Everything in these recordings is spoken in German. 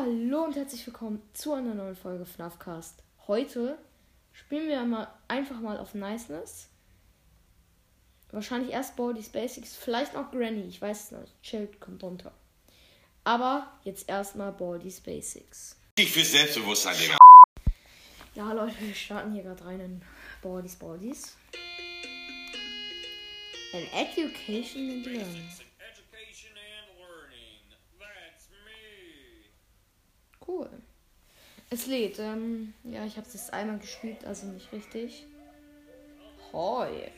Hallo und herzlich willkommen zu einer neuen Folge FNAFcast. Heute spielen wir einfach mal auf Niceness. Wahrscheinlich erst Baldi's Basics, vielleicht auch Granny, ich weiß es nicht. Child kommt runter. Aber jetzt erstmal Baldi's Basics. Ich für Selbstbewusstsein, Digga. Ja Leute, wir starten hier gerade rein in Baldi's. An Education and Learning. Cool. Es lädt. Ja, ich habe es jetzt einmal gespielt, also nicht richtig. Hoi.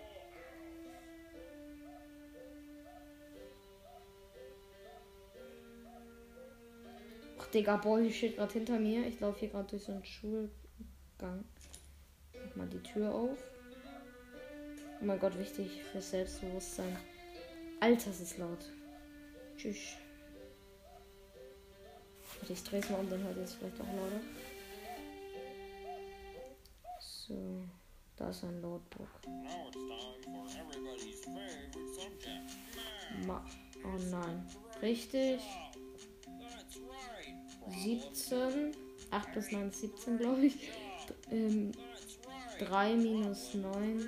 Ach, Digga, Baldi steht gerade hinter mir. Ich laufe hier gerade durch so einen Schulgang. Mach mal die Tür auf. Oh mein Gott, wichtig fürs Selbstbewusstsein. Alter, es ist laut. Tschüss. Ich drehe es mal um, dann hört ihr es vielleicht auch lauter. So, da ist ein Notebook. Oh nein. Richtig. 17. 8 plus 9 ist 17, glaube ich. 3 minus 9.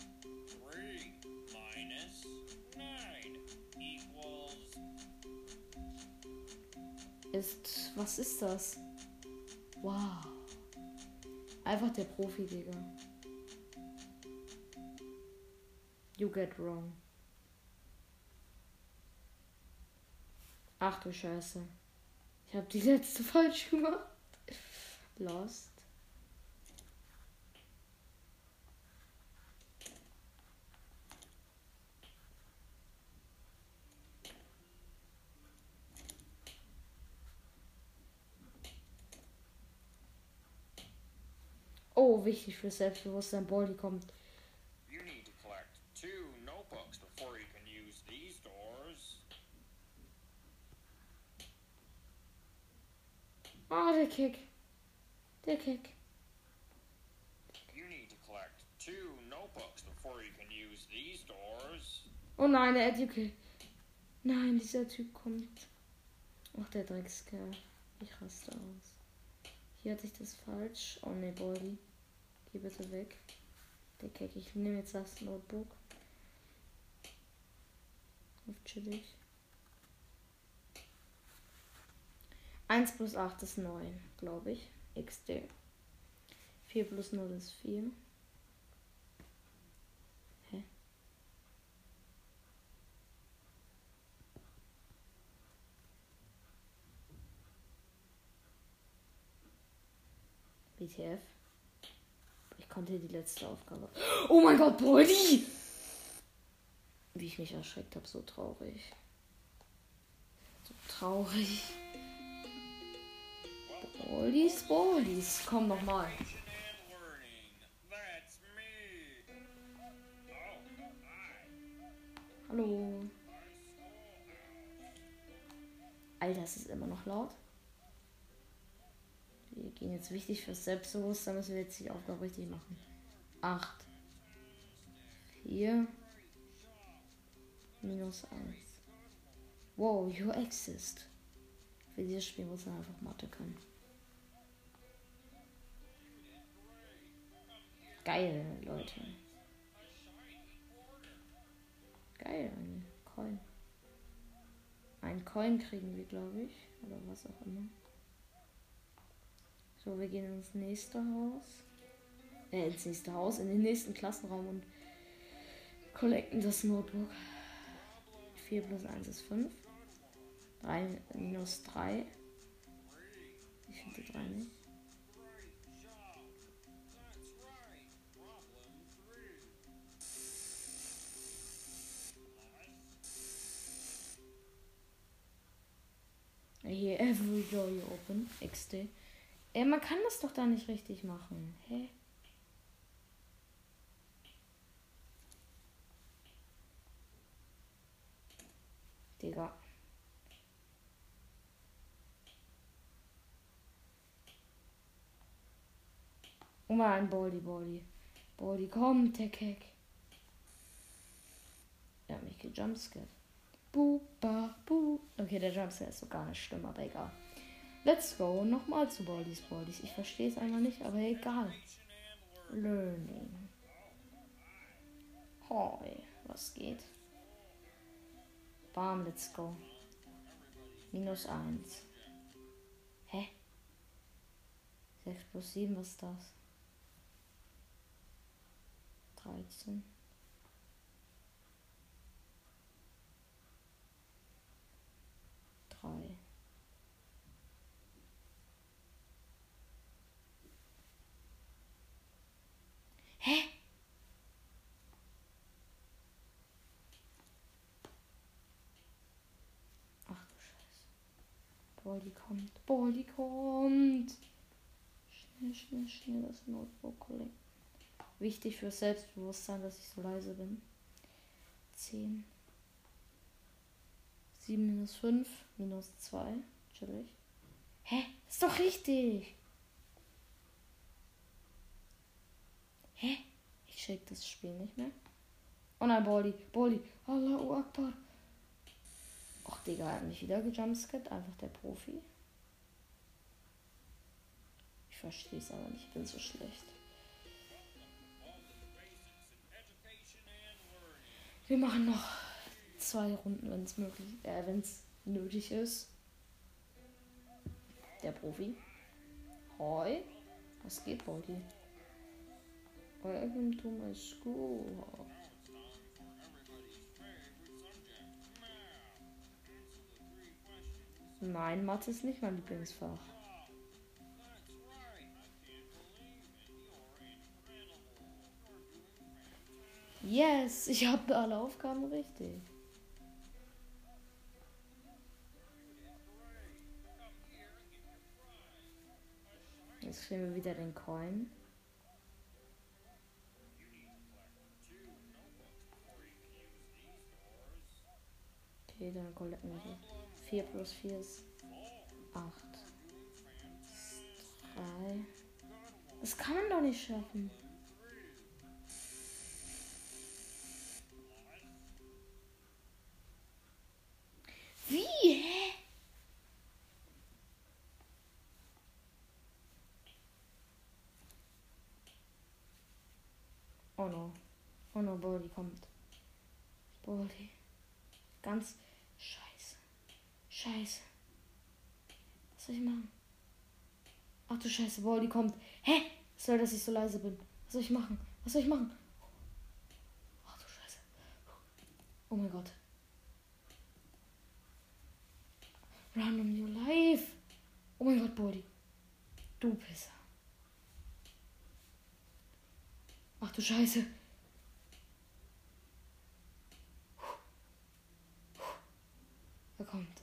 Was ist das? Wow. Einfach der Profi, Digga. You get wrong. Ach du Scheiße. Ich habe die letzte falsch gemacht. Lost. Oh, wichtig für Selbstbewusstsein. Baldi kommt. Ah, der Kick. Der Kick. Oh nein, der Educate. Nein, dieser Typ kommt. Ach, der Dreckskerl. Ich raste aus. Hier hatte ich das falsch. Oh ne, Baldi. Geh bitte weg. Der Kick. Ich nehme jetzt das Notebook. Auf chillig. 1 plus 8 ist 9, glaube ich. XD. 4 plus 0 ist 4. Hä? WTF? Ich konnte die letzte Aufgabe. Oh mein Gott, Baldi! Wie ich mich erschreckt habe, so traurig. So traurig. Baldi's. Komm nochmal. Hallo. Alter, es ist immer noch laut. Wir gehen jetzt wichtig fürs Selbstbewusstsein, müssen wir jetzt die Aufgabe richtig machen. 8. 4. Minus 1. Wow, you exist. Für dieses Spiel muss man einfach Mathe können. Geil, Leute. Geil, ein Coin. Ein Coin kriegen wir, glaube ich. Oder was auch immer. So, wir gehen ins nächste Haus. In den nächsten Klassenraum und collecten das Notebook. 4 plus 1 ist 5. 3 minus 3. Ich finde die 3 nicht. Hier, every door you open. XD. Man kann das doch da nicht richtig machen. Hä? Digga. Oh mein Baldi. Baldi, kommt, der Keck. Er hat mich gejumpscared. Okay, der Jumpscare ist so gar nicht schlimm, aber egal. Let's go. Nochmal zu Baldi's. Ich verstehe es einfach nicht, aber egal. Learning. Hoi. Was geht? Bam, let's go. -1. Hä? 6 plus 7, was ist das? 13. 3. Hä? Ach du Scheiße. Baldi kommt. Schnell das Notebook kollegen. Wichtig für Selbstbewusstsein, dass ich so leise bin. 10. 7 minus 5 minus 2. Chillig. Hä? Ist doch richtig. Hä? Ich check das Spiel nicht mehr. Oh nein, Baldi. Allahu Akbar. Och, Digga, er hat mich wieder gejumpscared. Einfach der Profi. Ich verstehe es aber nicht. Ich bin so schlecht. Wir machen noch 2 Runden, wenn es nötig ist. Der Profi. Hoi. Was geht, Baldi? Welcome to my school. Nein, Mathe ist nicht mein Lieblingsfach. Yes, ich habe alle Aufgaben richtig. Jetzt kriegen wir wieder den Coin. Okay, dann collecten wir die. 4 plus 4 ist 8. 3. Das kann man doch nicht schaffen. Wie? Hä? Oh no. Oh no, Baldi kommt. Baldi. Ganz Scheiße. Was soll ich machen? Ach du Scheiße, Baldi kommt. Hä? Was soll, dass ich so leise bin? Was soll ich machen? Ach du Scheiße. Oh mein Gott. Run on your life. Oh mein Gott, Baldi. Du Pisser. Ach du Scheiße. Er kommt.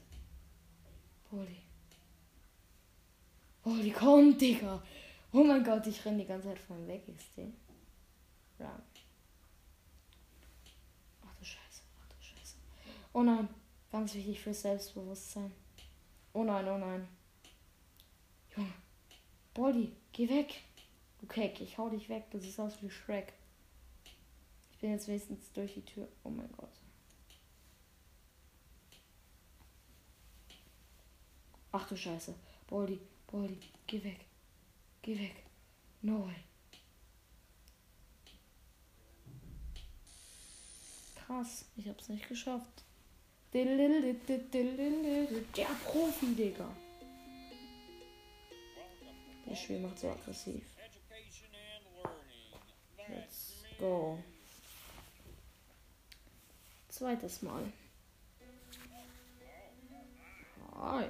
Baldi kommt, Digga. Oh mein Gott, ich renne die ganze Zeit von ihm weg, XD. Run. Ach du Scheiße. Oh nein. Ganz wichtig fürs Selbstbewusstsein. Oh nein. Junge. Baldi, geh weg. Du Keck, ich hau dich weg. Du siehst aus wie Shrek. Ich bin jetzt wenigstens durch die Tür. Oh mein Gott. Ach du Scheiße. Baldi, geh weg. No way. Krass, ich hab's nicht geschafft. Der Profi, Digga. Das Spiel macht so aggressiv. Let's go. Zweites Mal. Hi.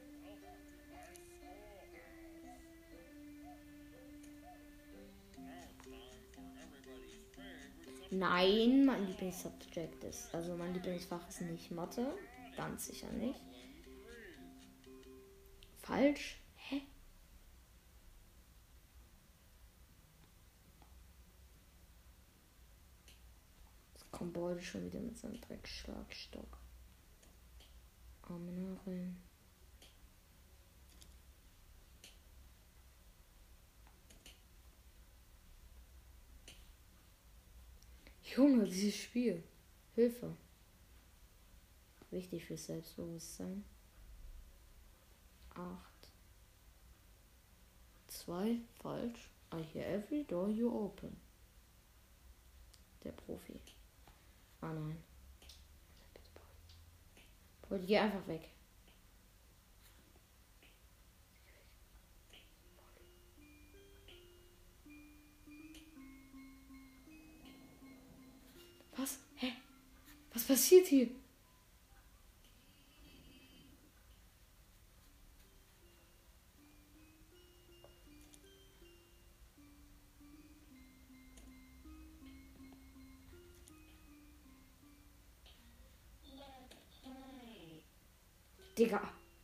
Nein, mein Lieblingssubject ist, also mein Lieblingsfach ist nicht Mathe. Ganz sicher nicht. Falsch? Hä? Jetzt kommt Baldi schon wieder mit seinem Dreckschlagstock. Arme Narren. Junge, dieses Spiel. Hilfe. Wichtig fürs Selbstbewusstsein. 8. 2. Falsch. I hear every door you open. Der Profi. Ah nein. Paul, geh einfach weg. Was? Hä? Was passiert hier? Digga.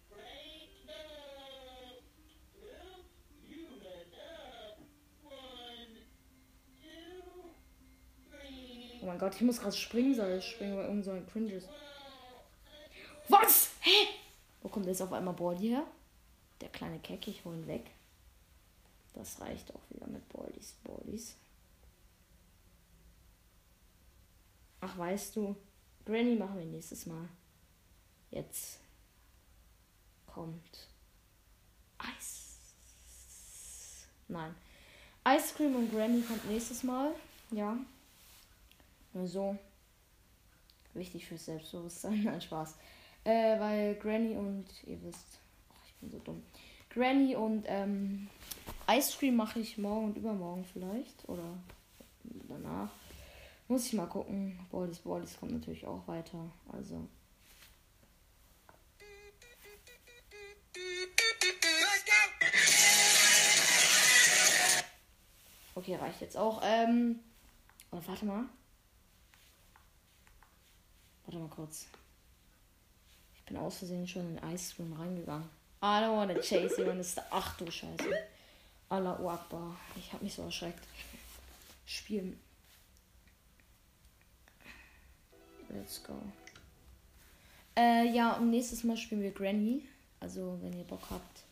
Oh mein Gott, ich muss gerade springen, soll ich springen, weil irgend so ein Cringe ist. Was? Hä? Wo kommt jetzt auf einmal Baldi her? Der kleine Keck, ich hol ihn weg. Das reicht auch wieder mit Baldis. Ach, weißt du, Granny machen wir nächstes Mal. Jetzt kommt Eis. Nein. Ice Cream und Granny kommt nächstes Mal. Ja. Nur so. Wichtig fürs Selbstbewusstsein. Nein, Spaß. Weil Granny und, ihr wisst, ich bin so dumm. Granny und Ice Cream mache ich morgen und übermorgen vielleicht. Oder danach. Muss ich mal gucken. Baldis kommt natürlich auch weiter. Also. Okay, reicht jetzt auch. Oh, warte mal. Warte mal kurz. Ich bin aus Versehen schon in Ice Cream reingegangen. I don't wanna chase you. Ach du Scheiße. Allahu Akbar. Ich hab mich so erschreckt. Spielen. Let's go. Ja, und nächstes Mal spielen wir Granny. Also, wenn ihr Bock habt.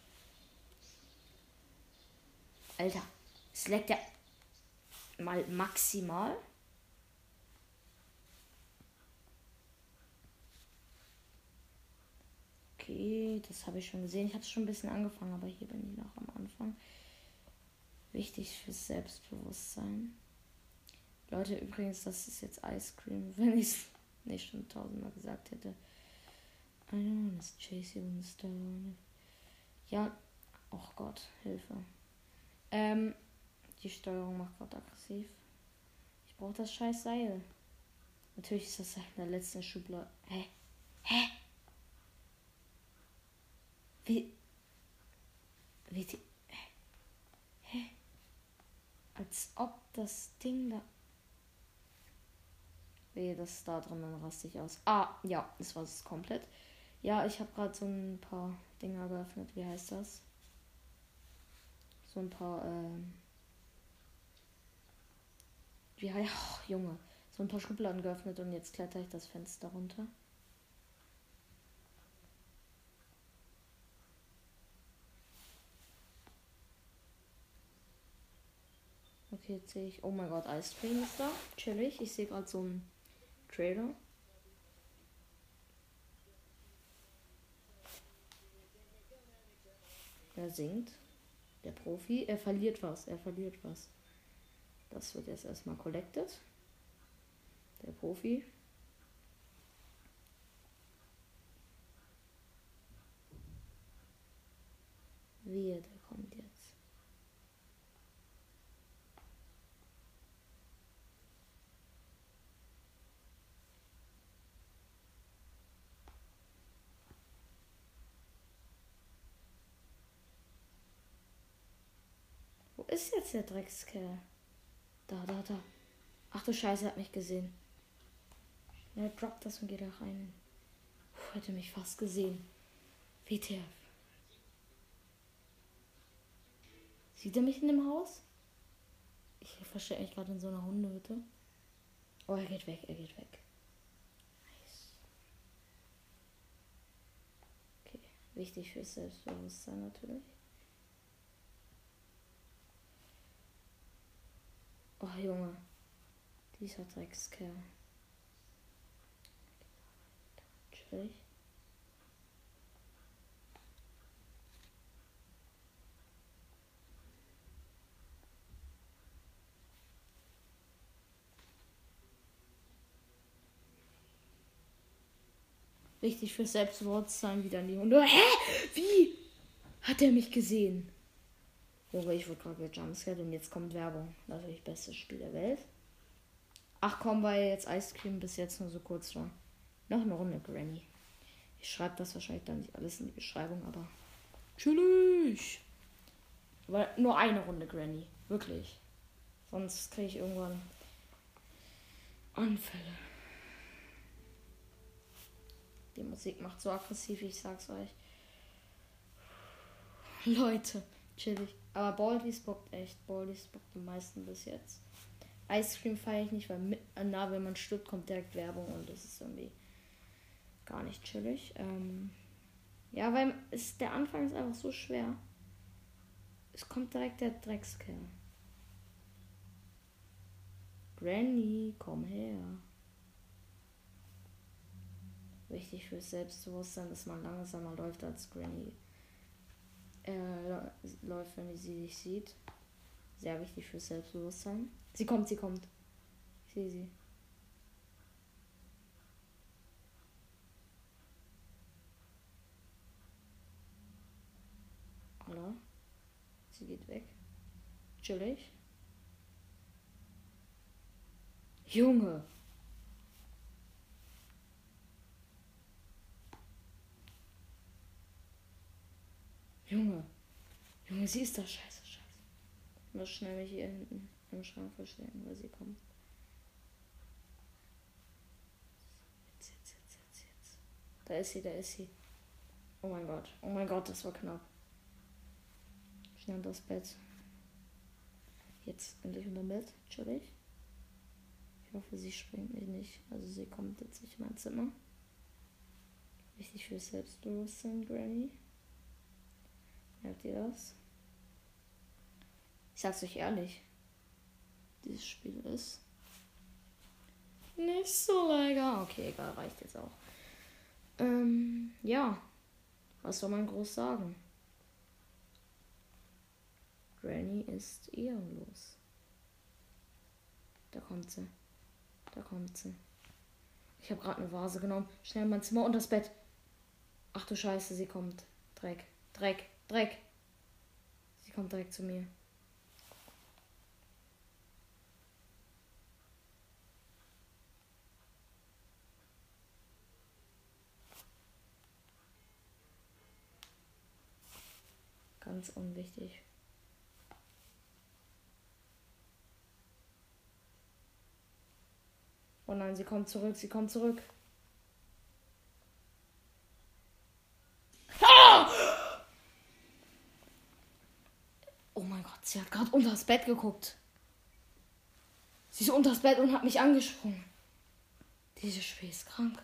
Alter, es leckt ja mal maximal. Okay, das habe ich schon gesehen. Ich habe es schon ein bisschen angefangen, aber hier bin ich noch am Anfang. Wichtig fürs Selbstbewusstsein. Leute, übrigens, das ist jetzt Ice Cream, wenn ich es nicht schon 1000-mal gesagt hätte. I don't wanna chase you in the stone. Ja, oh Gott, Hilfe. Die Steuerung macht gerade aggressiv. Ich brauche das scheiß Seil. Natürlich ist das in der letzten Schublade. Hä? Wie die... Hä? Als ob das Ding da... Wehe, das ist da drin, dann raste ich aus. Ah, ja, das war es komplett. Ja, ich habe gerade so ein paar Dinger geöffnet. Wie heißt das? So ein paar, Junge. So ein paar Schubladen geöffnet und jetzt kletter ich das Fenster runter. Okay, jetzt sehe ich. Oh mein Gott, Ice Cream ist da. Chillig. Ich sehe gerade so einen Trailer. Er singt. Der Profi. Er verliert was. Das wird jetzt erstmal collected. Der Profi. Wehe, der kommt jetzt. Wo ist jetzt der Dreckskerl? Da. Ach du Scheiße, er hat mich gesehen. Er droppt das und geht da rein. Hätte mich fast gesehen. WTF. Sieht er mich in dem Haus? Ich verstecke mich gerade in so einer Hundehütte. Oh, er geht weg. Nice. Okay, wichtig fürs Selbstbewusstsein natürlich. Oh, Junge. Dieser Dreckskerl. Chillig. Wichtig fürs Selbstbewusstsein wieder in die Hunde. Hä? Wie? Hat er mich gesehen? Junge, ich wurde gerade gejumpscared und jetzt kommt Werbung. Natürlich bestes Spiel der Welt. Ach komm, weil jetzt Ice Cream bis jetzt nur so kurz war. Noch eine Runde Granny. Ich schreibe das wahrscheinlich dann nicht alles in die Beschreibung, aber chillig. Aber nur eine Runde Granny. Wirklich. Sonst kriege ich irgendwann Anfälle. Die Musik macht so aggressiv, ich sag's euch. Leute, chillig. Aber Baldi's bockt echt. Baldi's bockt am meisten bis jetzt. Ice Cream feiere ich nicht, weil wenn man stirbt, kommt direkt Werbung und das ist irgendwie gar nicht chillig. Ja, weil der Anfang ist einfach so schwer. Es kommt direkt der Dreckskerl. Granny, komm her. Wichtig fürs Selbstbewusstsein, dass man langsamer läuft als Granny läuft, wenn sie dich sieht. Sehr wichtig fürs Selbstbewusstsein. Sie kommt. Ich sehe sie. Hallo? Sie geht weg. Chillig. Junge. Junge, sie ist da. Scheiße. Ich muss schnell mich hier hinten im Schrank verstecken, weil sie kommt. Jetzt. Da ist sie. Oh mein Gott, das war knapp. Schnell unter das Bett. Jetzt endlich unter dem Bett. Chillig. Ich hoffe, sie springt mich nicht. Also sie kommt jetzt nicht in mein Zimmer. Wichtig für Selbstbewusstsein, Granny. Merkt ihr das? Ich sag's euch ehrlich. Dieses Spiel ist nicht so lecker. Okay, egal, reicht jetzt auch. Ja. Was soll man groß sagen? Granny ist ehrenlos. Da kommt sie. Ich habe gerade eine Vase genommen. Schnell in mein Zimmer und das Bett. Ach du Scheiße, sie kommt. Dreck. Sie kommt direkt zu mir. Ganz unwichtig. Oh nein, sie kommt zurück. Ah! Oh mein Gott, sie hat gerade unter das Bett geguckt. Sie ist unter das Bett und hat mich angesprungen. Dieses Spiel ist krank.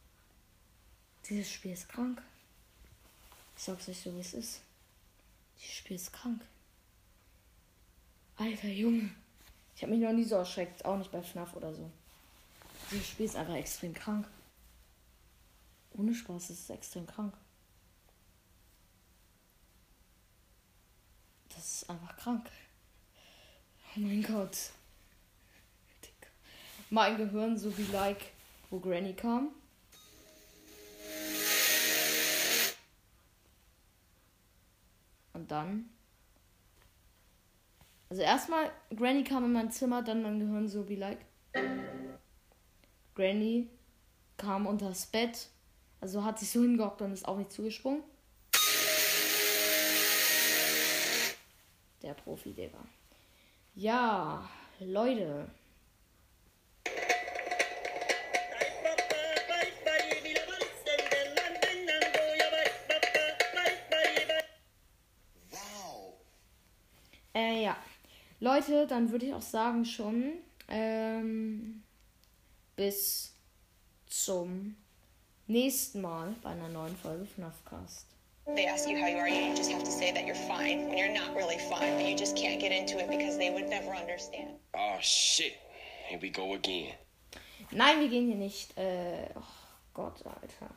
Ich sag's euch so, wie es ist. Dieses Spiel ist krank. Alter Junge. Ich habe mich noch nie so erschreckt. Auch nicht bei FNAF oder so. Dieses Spiel ist einfach extrem krank. Ohne Spaß, es ist extrem krank. Das ist einfach krank. Oh mein Gott. Mein Gehirn so wie Like, wo Granny kam. Und dann. Also erstmal, Granny kam in mein Zimmer, dann mein Gehirn so wie Like. Granny kam unter das Bett. Also hat sich so hingehockt und ist auch nicht zugesprungen. Der Profi, Digga. Ja, Leute. Ja. Leute, dann würde ich auch sagen schon, bis zum nächsten Mal bei einer neuen Folge FNAFcast. They ask you how you are, you just have to say that you're fine when you're not really fine, but you just can't get into it because they would never understand. Oh shit, here we go again. Nein, wir gehen hier nicht. Oh Gott, Alter.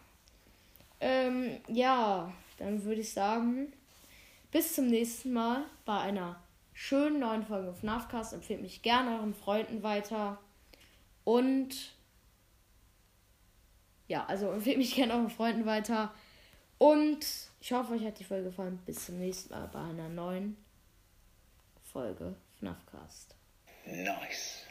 Ja, dann würde ich sagen, bis zum nächsten Mal bei einer schönen neuen Folge FNAFcast. Empfehlt mich gerne euren Freunden weiter. Und Ja, also empfehlt mich gerne euren Freunden weiter. Und ich hoffe, euch hat die Folge gefallen. Bis zum nächsten Mal bei einer neuen Folge FNAFcast. Nice.